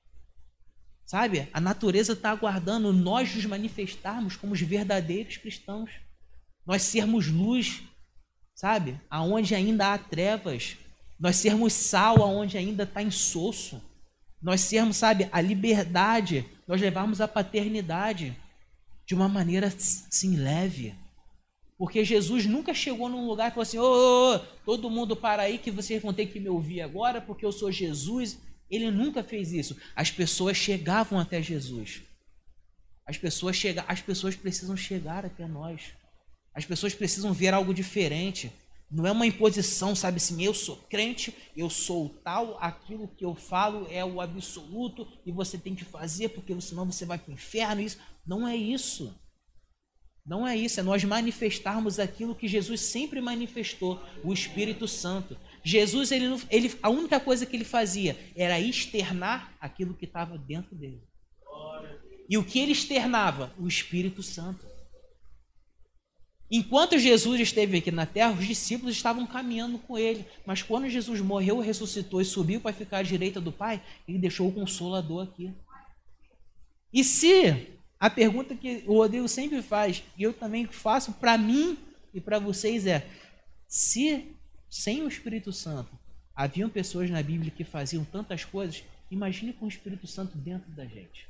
Sabe? A natureza está aguardando nós nos manifestarmos como os verdadeiros cristãos. Nós sermos luz, sabe? Aonde ainda há trevas. Nós sermos sal aonde ainda está insosso. Nós sermos, sabe, a liberdade. Nós levarmos a paternidade de uma maneira, assim, leve. Porque Jesus nunca chegou num lugar e falou assim, ô, ô, ô, todo mundo para aí que vocês vão ter que me ouvir agora porque eu sou Jesus. Ele nunca fez isso. As pessoas chegavam até Jesus. As pessoas, chega... As pessoas precisam chegar até nós. As pessoas precisam ver algo diferente. Não é uma imposição, sabe assim, eu sou crente, eu sou tal, aquilo que eu falo é o absoluto e você tem que fazer porque senão você vai para o inferno. Isso. Não é isso. Não é isso, é nós manifestarmos aquilo que Jesus sempre manifestou, o Espírito Santo. Jesus, ele, ele, a única coisa que ele fazia era externar aquilo que estava dentro dele. E o que ele externava? O Espírito Santo. Enquanto Jesus esteve aqui na terra, os discípulos estavam caminhando com ele. Mas quando Jesus morreu, ressuscitou e subiu para ficar à direita do Pai, ele deixou o Consolador aqui. E se a pergunta que o Rodrigo sempre faz, e eu também faço para mim e para vocês é, se sem o Espírito Santo haviam pessoas na Bíblia que faziam tantas coisas, imagine com o Espírito Santo dentro da gente.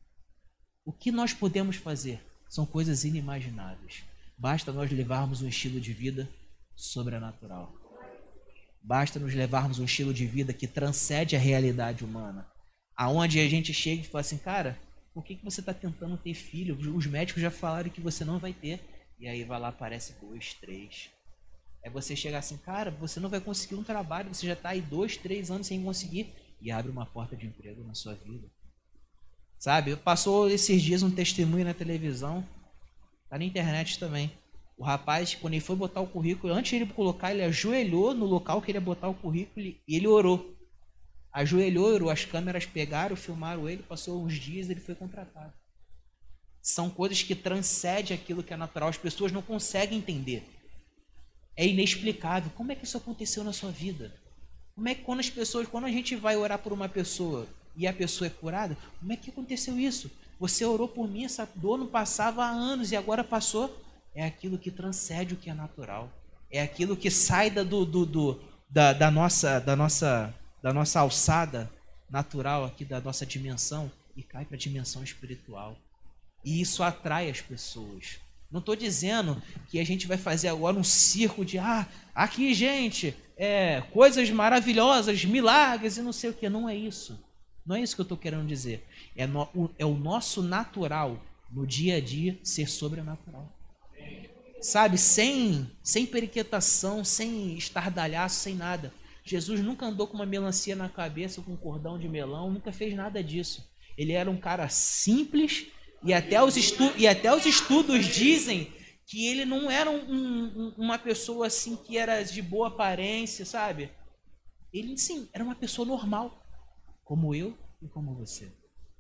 O que nós podemos fazer são coisas inimagináveis. Basta nós levarmos um estilo de vida sobrenatural. Basta nos levarmos um estilo de vida que transcende a realidade humana. Aonde a gente chega e fala assim, cara, por que, que você está tentando ter filho? Os médicos já falaram que você não vai ter. E aí vai lá, aparece dois, três. É você chegar assim, cara, você não vai conseguir um trabalho, você já está aí dois, três anos sem conseguir. E abre uma porta de emprego na sua vida. Sabe? Passou esses dias um testemunho na televisão. Tá na internet também. O rapaz, quando ele foi botar o currículo, antes de ele colocar, ele ajoelhou no local que ele ia botar o currículo e ele orou. Ajoelhou, orou, as câmeras pegaram, filmaram ele, passou uns dias e ele foi contratado. São coisas que transcendem aquilo que é natural. As pessoas não conseguem entender. É inexplicável. Como é que isso aconteceu na sua vida? Como é que quando as pessoas, quando a gente vai orar por uma pessoa e a pessoa é curada, como é que aconteceu isso? Você orou por mim, essa dor não passava há anos e agora passou. É aquilo que transcende o que é natural. É aquilo que sai da, do, do, do, da, da, nossa, da, nossa, da nossa alçada natural, aqui da nossa dimensão, e cai para a dimensão espiritual. E isso atrai as pessoas. Não estou dizendo que a gente vai fazer agora um circo de, ah, aqui, gente, é, coisas maravilhosas, milagres e não sei o que. Não é isso. Não é isso que eu estou querendo dizer. É, no, o, é o nosso natural, no dia a dia, ser sobrenatural. Sabe, sem, sem periquetação, sem estardalhaço, sem nada. Jesus nunca andou com uma melancia na cabeça, com um cordão de melão, nunca fez nada disso. Ele era um cara simples e até os, estu, e até os estudos dizem que ele não era um, um, uma pessoa assim que era de boa aparência, sabe? Ele, sim, era uma pessoa normal, como eu e como você.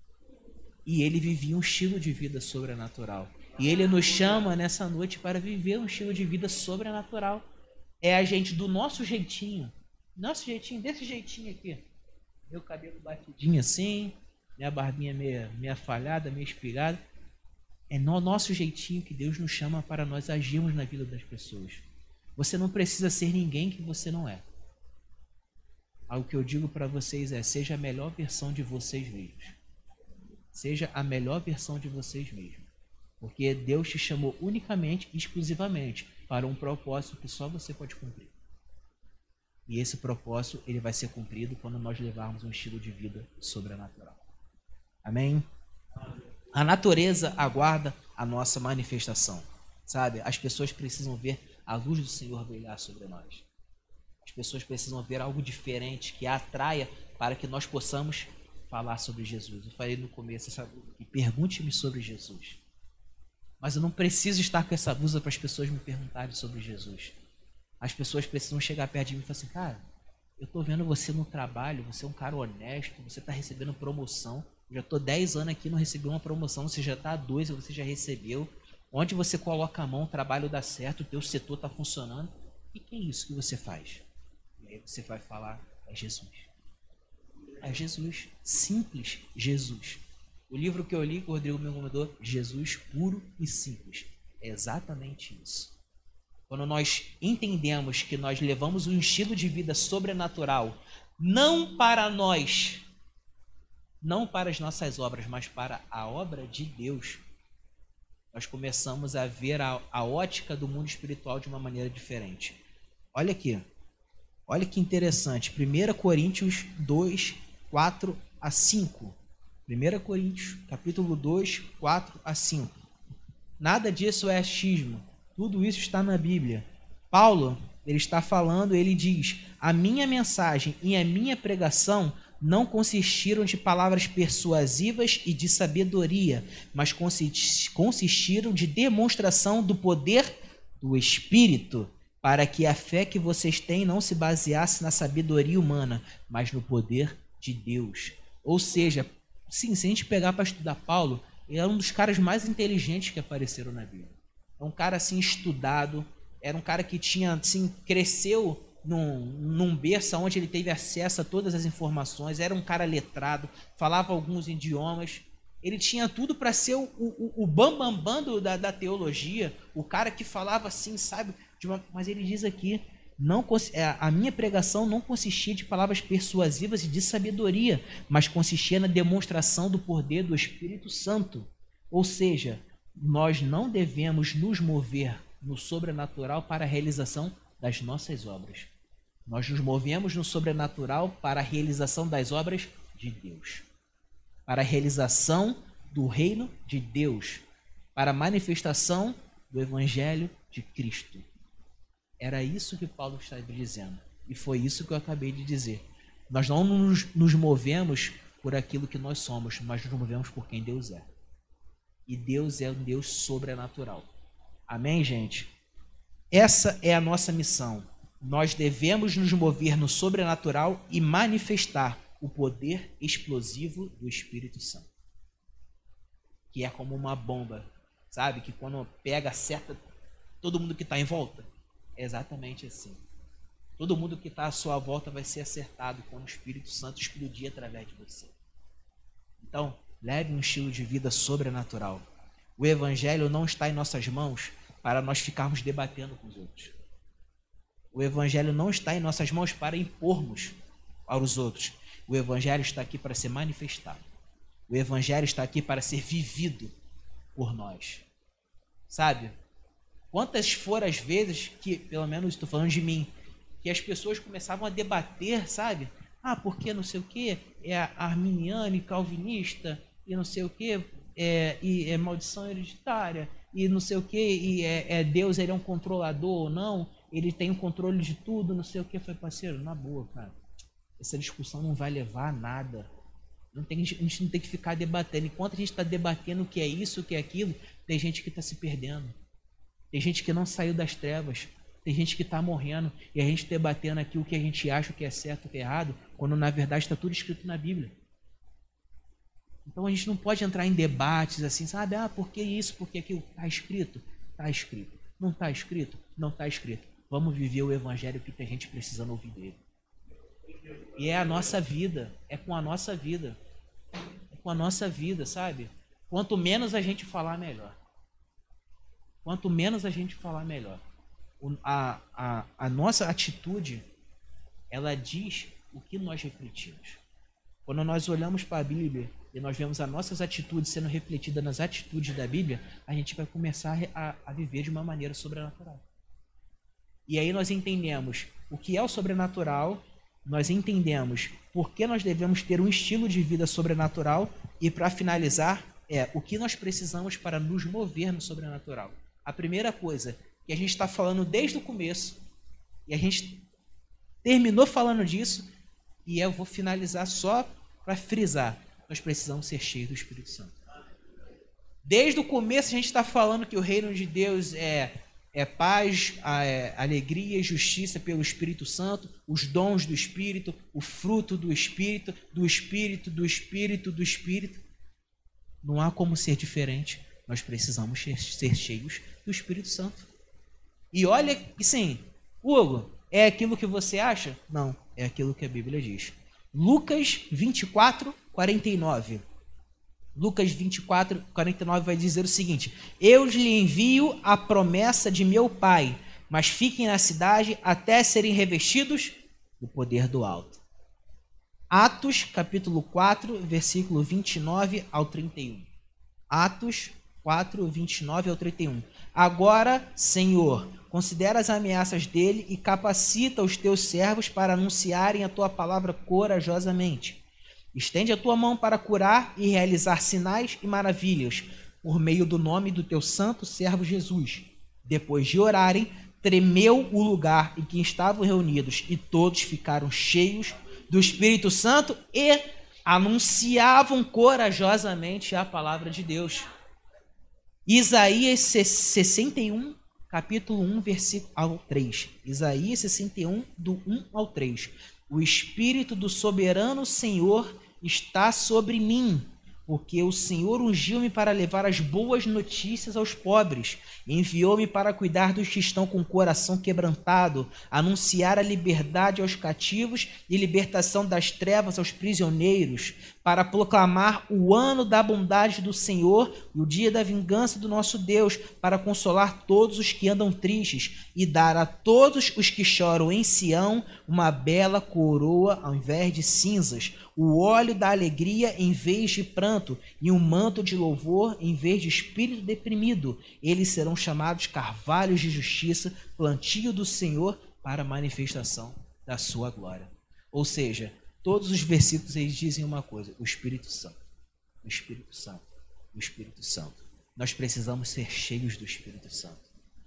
E ele vivia um estilo de vida sobrenatural. E ele nos chama nessa noite para viver um estilo de vida sobrenatural. É a gente do nosso jeitinho, nosso jeitinho, desse jeitinho aqui. Meu cabelo batidinho assim, minha barbinha meia, meia falhada, meia espigada. É no nosso jeitinho que Deus nos chama para nós agirmos na vida das pessoas. Você não precisa ser ninguém que você não é. Algo que eu digo para vocês é: seja a melhor versão de vocês mesmos. Seja a melhor versão de vocês mesmos. Porque Deus te chamou unicamente, exclusivamente, para um propósito que só você pode cumprir. E esse propósito ele vai ser cumprido quando nós levarmos um estilo de vida sobrenatural. Amém? A natureza aguarda a nossa manifestação. Sabe? As pessoas precisam ver a luz do Senhor brilhar sobre nós. As pessoas precisam ver algo diferente que a atraia para que nós possamos falar sobre Jesus. Eu falei no começo, essa, pergunte-me sobre Jesus. Mas eu não preciso estar com essa blusa para as pessoas me perguntarem sobre Jesus. As pessoas precisam chegar perto de mim e falar assim: cara, eu estou vendo você no trabalho, você é um cara honesto, você está recebendo promoção. Eu já estou dez anos aqui e não recebi uma promoção, você já está há dois, você já recebeu. Onde você coloca a mão, o trabalho dá certo, o teu setor está funcionando. E que é isso que você faz? E aí você vai falar: é Jesus. É Jesus. Simples Jesus. O livro que eu li, que o Rodrigo me encomendou, Jesus puro e simples. É exatamente isso. Quando nós entendemos que nós levamos um estilo de vida sobrenatural, não para nós, não para as nossas obras, mas para a obra de Deus, nós começamos a ver a, a ótica do mundo espiritual de uma maneira diferente. Olha aqui. Olha que interessante. primeira Coríntios dois, quatro a cinco. primeira Coríntios, capítulo dois, quatro a cinco. Nada disso é achismo. Tudo isso está na Bíblia. Paulo, ele está falando, ele diz: a minha mensagem e a minha pregação não consistiram de palavras persuasivas e de sabedoria, mas consistiram de demonstração do poder do Espírito, para que a fé que vocês têm não se baseasse na sabedoria humana, mas no poder de Deus. Ou seja, sim, se a gente pegar para estudar Paulo, ele era um dos caras mais inteligentes que apareceram na Bíblia. É um cara assim estudado, era um cara que tinha assim, cresceu num, num berço onde ele teve acesso a todas as informações, era um cara letrado, falava alguns idiomas. Ele tinha tudo para ser o, o, o bambambam bam, bam da, da teologia, o cara que falava assim, sabe? De uma, mas ele diz aqui: não, a minha pregação não consistia de palavras persuasivas e de sabedoria, mas consistia na demonstração do poder do Espírito Santo. Ou seja, nós não devemos nos mover no sobrenatural para a realização das nossas obras. Nós nos movemos no sobrenatural para a realização das obras de Deus, para a realização do reino de Deus, para a manifestação do Evangelho de Cristo. Era isso que Paulo estava dizendo. E foi isso que eu acabei de dizer. Nós não nos, nos movemos por aquilo que nós somos, mas nos movemos por quem Deus é. E Deus é um Deus sobrenatural. Amém, gente? Essa é a nossa missão. Nós devemos nos mover no sobrenatural e manifestar o poder explosivo do Espírito Santo. Que é como uma bomba, sabe? Que quando pega, acerta todo mundo que está em volta. É exatamente assim. Todo mundo que está à sua volta vai ser acertado quando o Espírito Santo explodir através de você. Então, leve um estilo de vida sobrenatural. O Evangelho não está em nossas mãos para nós ficarmos debatendo com os outros. O Evangelho não está em nossas mãos para impormos aos outros. O Evangelho está aqui para ser manifestado. O Evangelho está aqui para ser vivido por nós. Sabe? Quantas foram as vezes que, pelo menos estou falando de mim, que as pessoas começavam a debater, sabe? Ah, porque não sei o que, é arminiano e calvinista, e não sei o que, é, e é maldição hereditária, e não sei o que, e é, é Deus, ele é um controlador ou não, ele tem o controle de tudo, não sei o que. Foi, parceiro, na boa, cara. Essa discussão não vai levar a nada. Não tem, a gente não tem que ficar debatendo. Enquanto a gente está debatendo o que é isso, o que é aquilo, tem gente que está se perdendo. Tem gente que não saiu das trevas. Tem gente que está morrendo e a gente debatendo aqui o que a gente acha que é certo ou que é errado, quando na verdade está tudo escrito na Bíblia. Então a gente não pode entrar em debates assim, sabe? Ah, por que isso, por que aquilo? Está escrito? Está escrito. Não está escrito? Não está escrito. Vamos viver o evangelho que tem gente precisando ouvir dele. E é a nossa vida, é com a nossa vida. É com a nossa vida, sabe? Quanto menos a gente falar, melhor. Quanto menos a gente falar, melhor. O, a, a, a nossa atitude, ela diz o que nós refletimos. Quando nós olhamos para a Bíblia e nós vemos as nossas atitudes sendo refletidas nas atitudes da Bíblia, a gente vai começar a, a viver de uma maneira sobrenatural. E aí nós entendemos o que é o sobrenatural, nós entendemos por que nós devemos ter um estilo de vida sobrenatural e, para finalizar, é o que nós precisamos para nos mover no sobrenatural. A primeira coisa que a gente está falando desde o começo, e a gente terminou falando disso, e eu vou finalizar só para frisar, nós precisamos ser cheios do Espírito Santo. Desde o começo a gente está falando que o reino de Deus é, é paz, é alegria e justiça pelo Espírito Santo, os dons do Espírito, o fruto do Espírito, do Espírito, do Espírito, do Espírito. Não há como ser diferente, nós precisamos ser cheios do Espírito Santo. E olha, sim, Hugo, é aquilo que você acha? Não, é aquilo que a Bíblia diz. Lucas vinte e quatro, quarenta e nove. Lucas vinte e quatro, quarenta e nove vai dizer o seguinte: eu lhe envio a promessa de meu Pai, mas fiquem na cidade até serem revestidos do poder do alto. Atos, capítulo quatro, versículo vinte e nove ao trinta e um. Atos quatro, vinte e nove ao trinta e um. Agora, Senhor, considera as ameaças dele e capacita os teus servos para anunciarem a tua palavra corajosamente. Estende a tua mão para curar e realizar sinais e maravilhas por meio do nome do teu santo servo Jesus. Depois de orarem, tremeu o lugar em que estavam reunidos e todos ficaram cheios do Espírito Santo e anunciavam corajosamente a palavra de Deus. Isaías sessenta e um, capítulo um, versículo três. Isaías sessenta e um, do um ao três. O Espírito do soberano Senhor está sobre mim, porque o Senhor ungiu-me para levar as boas notícias aos pobres, enviou-me para cuidar dos que estão com o coração quebrantado, anunciar a liberdade aos cativos e libertação das trevas aos prisioneiros, para proclamar o ano da bondade do Senhor e o dia da vingança do nosso Deus, para consolar todos os que andam tristes e dar a todos os que choram em Sião uma bela coroa ao invés de cinzas, o óleo da alegria em vez de pranto e um manto de louvor em vez de espírito deprimido. Eles serão chamados carvalhos de justiça, plantio do Senhor para a manifestação da sua glória. Ou seja, todos os versículos eles dizem uma coisa: o Espírito Santo, o Espírito Santo, o Espírito Santo. Nós precisamos ser cheios do Espírito Santo.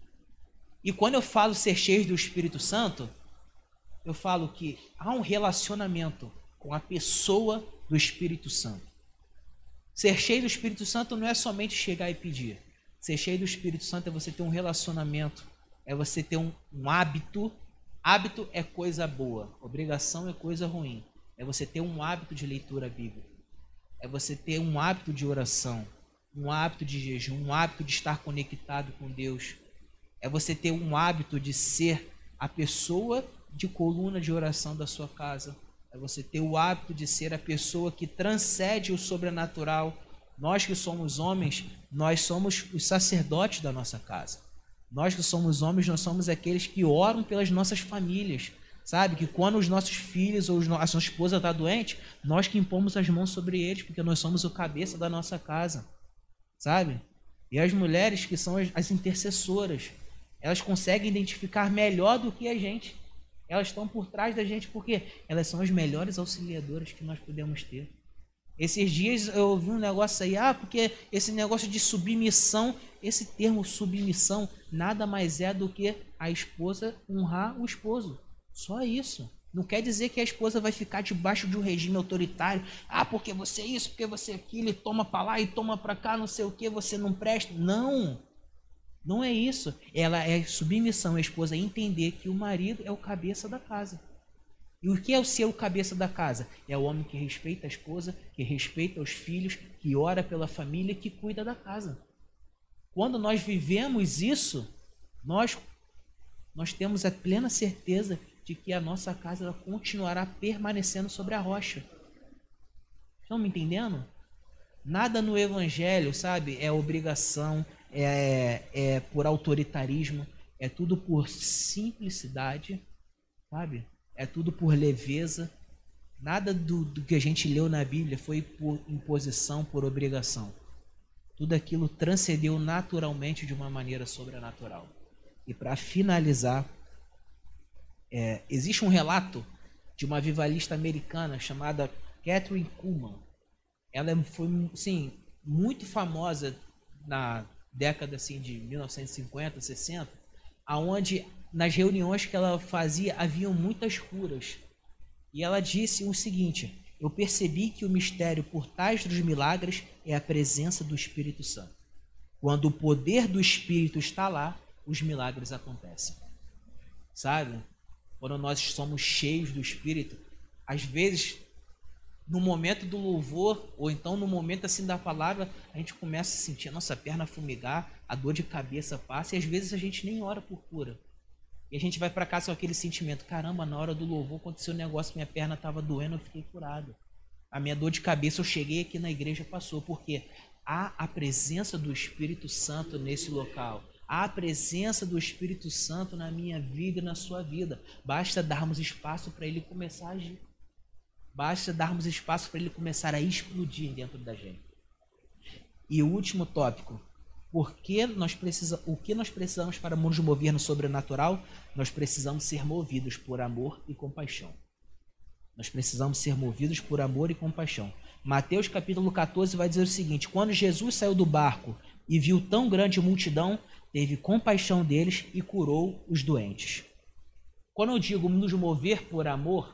E quando eu falo ser cheios do Espírito Santo, eu falo que há um relacionamento com a pessoa do Espírito Santo. Ser cheio do Espírito Santo não é somente chegar e pedir. Ser cheio do Espírito Santo é você ter um relacionamento, é você ter um, um hábito. Hábito é coisa boa, obrigação é coisa ruim. É você ter um hábito de leitura bíblica. É você ter um hábito de oração, um hábito de jejum, um hábito de estar conectado com Deus. É você ter um hábito de ser a pessoa de coluna de oração da sua casa. É você ter o hábito de ser a pessoa que transcende o sobrenatural. Nós que somos homens, nós somos os sacerdotes da nossa casa. Nós que somos homens, nós somos aqueles que oram pelas nossas famílias. Sabe? Que quando os nossos filhos ou a nossa esposa está doente, nós que impomos as mãos sobre eles, porque nós somos o cabeça da nossa casa. Sabe? E as mulheres que são as, as intercessoras, elas conseguem identificar melhor do que a gente. Elas estão por trás da gente porque elas são as melhores auxiliadoras que nós podemos ter. Esses dias eu ouvi um negócio aí, ah, porque esse negócio de submissão, esse termo submissão, nada mais é do que a esposa honrar o esposo. Só isso. Não quer dizer que a esposa vai ficar debaixo de um regime autoritário. Ah, porque você é isso, porque você é aquilo, e toma para lá e toma para cá, não sei o que, você não presta. Não. Não é isso. Ela é submissão à esposa, entender que o marido é o cabeça da casa. E o que é o ser o cabeça da casa? É o homem que respeita a esposa, que respeita os filhos, que ora pela família, que cuida da casa. Quando nós vivemos isso, nós, nós temos a plena certeza de que a nossa casa ela continuará permanecendo sobre a rocha. Estão me entendendo? Nada no evangelho, sabe, é obrigação, é, é por autoritarismo, é tudo por simplicidade, sabe? É tudo por leveza. Nada do, do que a gente leu na Bíblia foi por imposição, por obrigação. Tudo aquilo transcendeu naturalmente de uma maneira sobrenatural. E para finalizar, é, existe um relato de uma avivalista americana chamada Catherine Kuhlman. Ela foi, sim, muito famosa na década assim, de mil novecentos e cinquenta, sessenta, aonde nas reuniões que ela fazia haviam muitas curas. E ela disse o seguinte: eu percebi que o mistério por trás dos milagres é a presença do Espírito Santo. Quando o poder do Espírito está lá, os milagres acontecem. Sabe? Quando nós somos cheios do Espírito, às vezes, no momento do louvor, ou então no momento assim da palavra, a gente começa a sentir a nossa perna fumigar, a dor de cabeça passa, e às vezes a gente nem ora por cura. E a gente vai para casa com aquele sentimento: caramba, na hora do louvor aconteceu um negócio, minha perna estava doendo, eu fiquei curado. A minha dor de cabeça, eu cheguei aqui na igreja, passou. Porque há a presença do Espírito Santo nesse local. Há a presença do Espírito Santo na minha vida e na sua vida. Basta darmos espaço para ele começar a agir. Basta darmos espaço para ele começar a explodir dentro da gente. E o último tópico: por que nós precisa, o que nós precisamos para nos mover no sobrenatural? Nós precisamos ser movidos por amor e compaixão. Nós precisamos ser movidos por amor e compaixão. Mateus capítulo quatorze vai dizer o seguinte: quando Jesus saiu do barco e viu tão grande multidão, teve compaixão deles e curou os doentes. Quando eu digo nos mover por amor,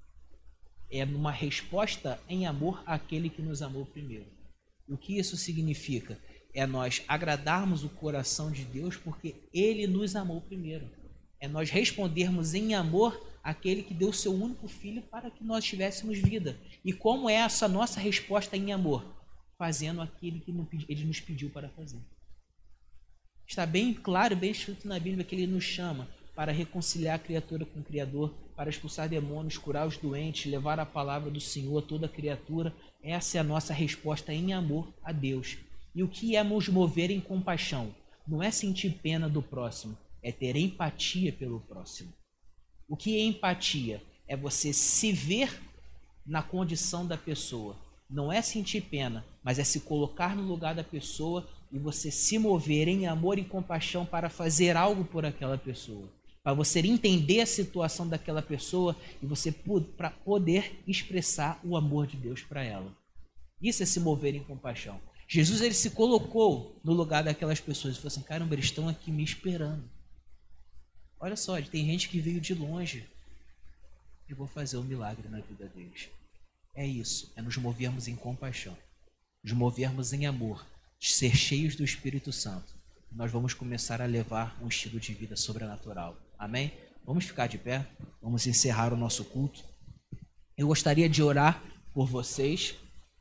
é numa resposta em amor àquele que nos amou primeiro. O que isso significa? É nós agradarmos o coração de Deus porque Ele nos amou primeiro. É nós respondermos em amor àquele que deu seu único filho para que nós tivéssemos vida. E como é essa nossa resposta em amor? Fazendo aquilo que Ele nos pediu para fazer. Está bem claro, bem escrito na Bíblia que Ele nos chama para reconciliar a criatura com o Criador, para expulsar demônios, curar os doentes, levar a palavra do Senhor a toda criatura. Essa é a nossa resposta em amor a Deus. E o que é nos mover em compaixão? Não é sentir pena do próximo, é ter empatia pelo próximo. O que é empatia? É você se ver na condição da pessoa. Não é sentir pena, mas é se colocar no lugar da pessoa e você se mover em amor e compaixão para fazer algo por aquela pessoa. Para você entender a situação daquela pessoa e você para poder expressar o amor de Deus para ela. Isso é se mover em compaixão. Jesus ele se colocou no lugar daquelas pessoas e falou assim: caramba, eles estão aqui me esperando. Olha só, tem gente que veio de longe. Eu vou fazer um milagre na vida deles. É isso, é nos movermos em compaixão, nos movermos em amor, ser cheios do Espírito Santo. Nós vamos começar a levar um estilo de vida sobrenatural. Amém? Vamos ficar de pé, vamos encerrar o nosso culto. Eu gostaria de orar por vocês.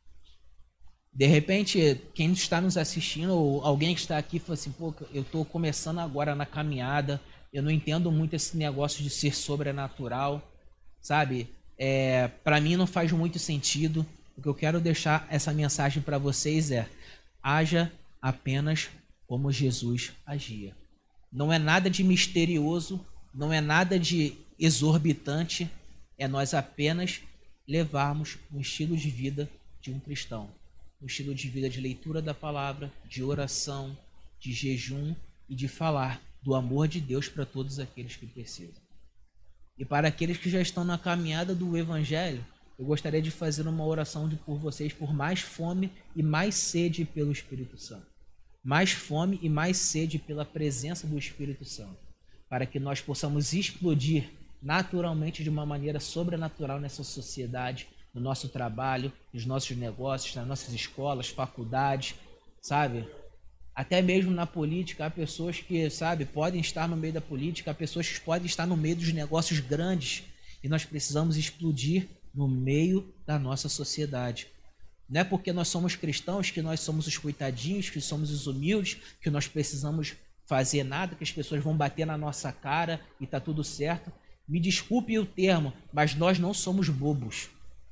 De repente, quem está nos assistindo, ou alguém que está aqui, fala assim: pô, eu estou começando agora na caminhada, eu não entendo muito esse negócio de ser sobrenatural, sabe? É, para mim não faz muito sentido. O que eu quero deixar essa mensagem para vocês é: haja apenas como Jesus agia. Não é nada de misterioso, não é nada de exorbitante, é nós apenas levarmos um estilo de vida de um cristão. Um estilo de vida de leitura da palavra, de oração, de jejum e de falar do amor de Deus para todos aqueles que precisam. E para aqueles que já estão na caminhada do Evangelho, eu gostaria de fazer uma oração de, por vocês por mais fome e mais sede pelo Espírito Santo. Mais fome e mais sede pela presença do Espírito Santo. Para que nós possamos explodir naturalmente de uma maneira sobrenatural nessa sociedade, no nosso trabalho, nos nossos negócios, nas nossas escolas, faculdades, sabe? Até mesmo na política, há pessoas que, sabe, podem estar no meio da política, há pessoas que podem estar no meio dos negócios grandes, e nós precisamos explodir no meio da nossa sociedade. Não é porque nós somos cristãos que nós somos os coitadinhos, que somos os humildes, que nós precisamos fazer nada, que as pessoas vão bater na nossa cara e está tudo certo. Me desculpe o termo, mas nós não somos bobos.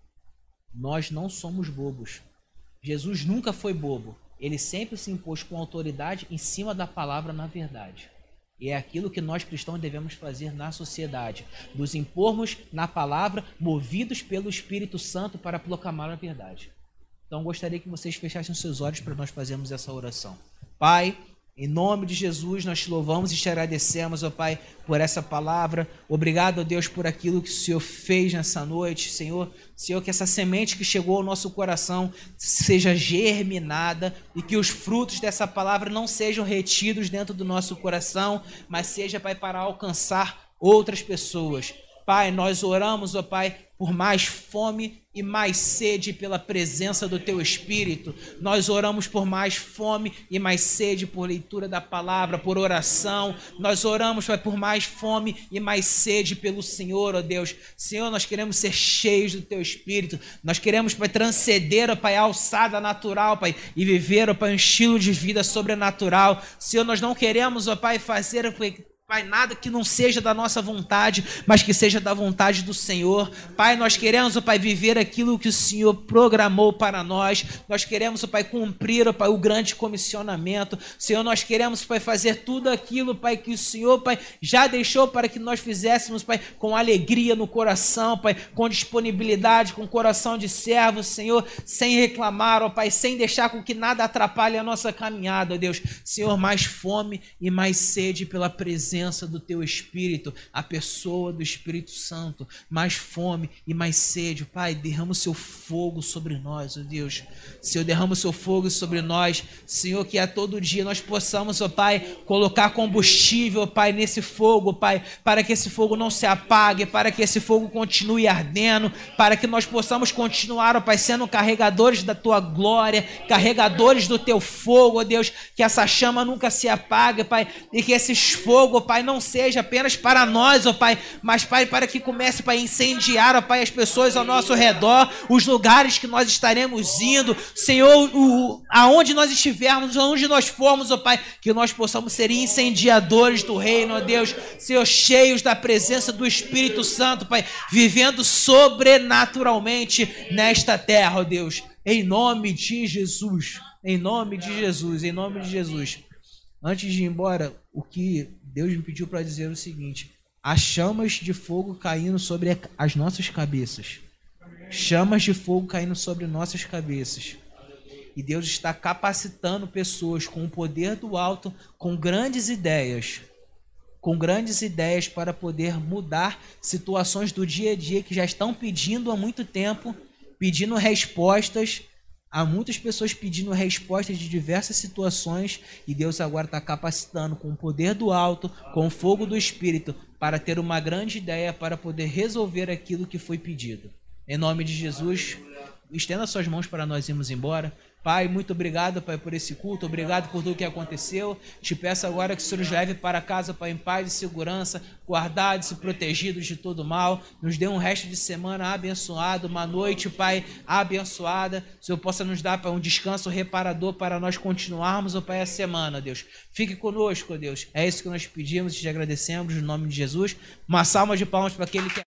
Nós não somos bobos. Jesus nunca foi bobo. Ele sempre se impôs com autoridade em cima da palavra na verdade. E é aquilo que nós cristãos devemos fazer na sociedade. Nos impormos na palavra, movidos pelo Espírito Santo para proclamar a verdade. Então gostaria que vocês fechassem os seus olhos para nós fazermos essa oração. Pai, em nome de Jesus, nós te louvamos e te agradecemos, ó Pai, por essa palavra. Obrigado, ó Deus, por aquilo que o Senhor fez nessa noite. Senhor, Senhor, que essa semente que chegou ao nosso coração seja germinada e que os frutos dessa palavra não sejam retidos dentro do nosso coração, mas seja, Pai, para alcançar outras pessoas. Pai, nós oramos, ó Pai, por mais fome e mais sede pela presença do Teu Espírito. Nós oramos por mais fome e mais sede por leitura da palavra, por oração. Nós oramos, Pai, por mais fome e mais sede pelo Senhor, ó Deus. Senhor, nós queremos ser cheios do Teu Espírito. Nós queremos, Pai, transcender, ó Pai, a alçada natural, Pai, e viver, ó Pai, um estilo de vida sobrenatural. Senhor, nós não queremos, ó Pai, fazer, Pai, nada que não seja da nossa vontade, mas que seja da vontade do Senhor. Pai, nós queremos, ó Pai, viver aquilo que o Senhor programou para nós. Nós queremos, ó Pai, cumprir, ó Pai, o grande comissionamento. Senhor, nós queremos, Pai, fazer tudo aquilo, Pai, que o Senhor, Pai, já deixou para que nós fizéssemos, Pai, com alegria no coração, Pai, com disponibilidade, com coração de servo, Senhor, sem reclamar, ó Pai, sem deixar com que nada atrapalhe a nossa caminhada, ó Deus. Senhor, mais fome e mais sede pela presença do Teu Espírito, a pessoa do Espírito Santo, mais fome e mais sede. Pai, derrama o Seu fogo sobre nós, ó Deus. Senhor, derrama o Seu fogo sobre nós, Senhor, que a todo dia nós possamos, ó Pai, colocar combustível, ó Pai, nesse fogo, Pai, para que esse fogo não se apague, para que esse fogo continue ardendo, para que nós possamos continuar, ó Pai, sendo carregadores da Tua glória, carregadores do Teu fogo, ó Deus, que essa chama nunca se apague, Pai, e que esses fogos, Pai, não seja apenas para nós, ó Pai, mas, Pai, para que comece, Pai, a incendiar, ó Pai, as pessoas ao nosso redor, os lugares que nós estaremos indo, Senhor, o, aonde nós estivermos, aonde nós formos, ó Pai, que nós possamos ser incendiadores do reino, ó Deus, Senhor, cheios da presença do Espírito Santo, Pai, vivendo sobrenaturalmente nesta terra, ó Deus, em nome de Jesus, em nome de Jesus, em nome de Jesus. Antes de ir embora, o que Deus me pediu para dizer é o seguinte: há chamas de fogo caindo sobre as nossas cabeças. Chamas de fogo caindo sobre nossas cabeças. E Deus está capacitando pessoas com o poder do alto, com grandes ideias. Com grandes ideias para poder mudar situações do dia a dia que já estão pedindo há muito tempo, pedindo respostas. Há muitas pessoas pedindo respostas de diversas situações e Deus agora está capacitando com o poder do alto, com o fogo do Espírito, para ter uma grande ideia para poder resolver aquilo que foi pedido. Em nome de Jesus, estenda suas mãos para nós irmos embora. Pai, muito obrigado, Pai, por esse culto, obrigado por tudo que aconteceu. Te peço agora que o Senhor nos leve para casa, Pai, em paz e segurança, guardados e protegidos de todo mal. Nos dê um resto de semana abençoado, uma noite, Pai, abençoada. O Senhor possa nos dar, Pai, um descanso reparador para nós continuarmos, ó Pai, a semana, Deus. Fique conosco, Deus. É isso que nós pedimos e te agradecemos, no nome de Jesus. Uma salva de palmas para aquele que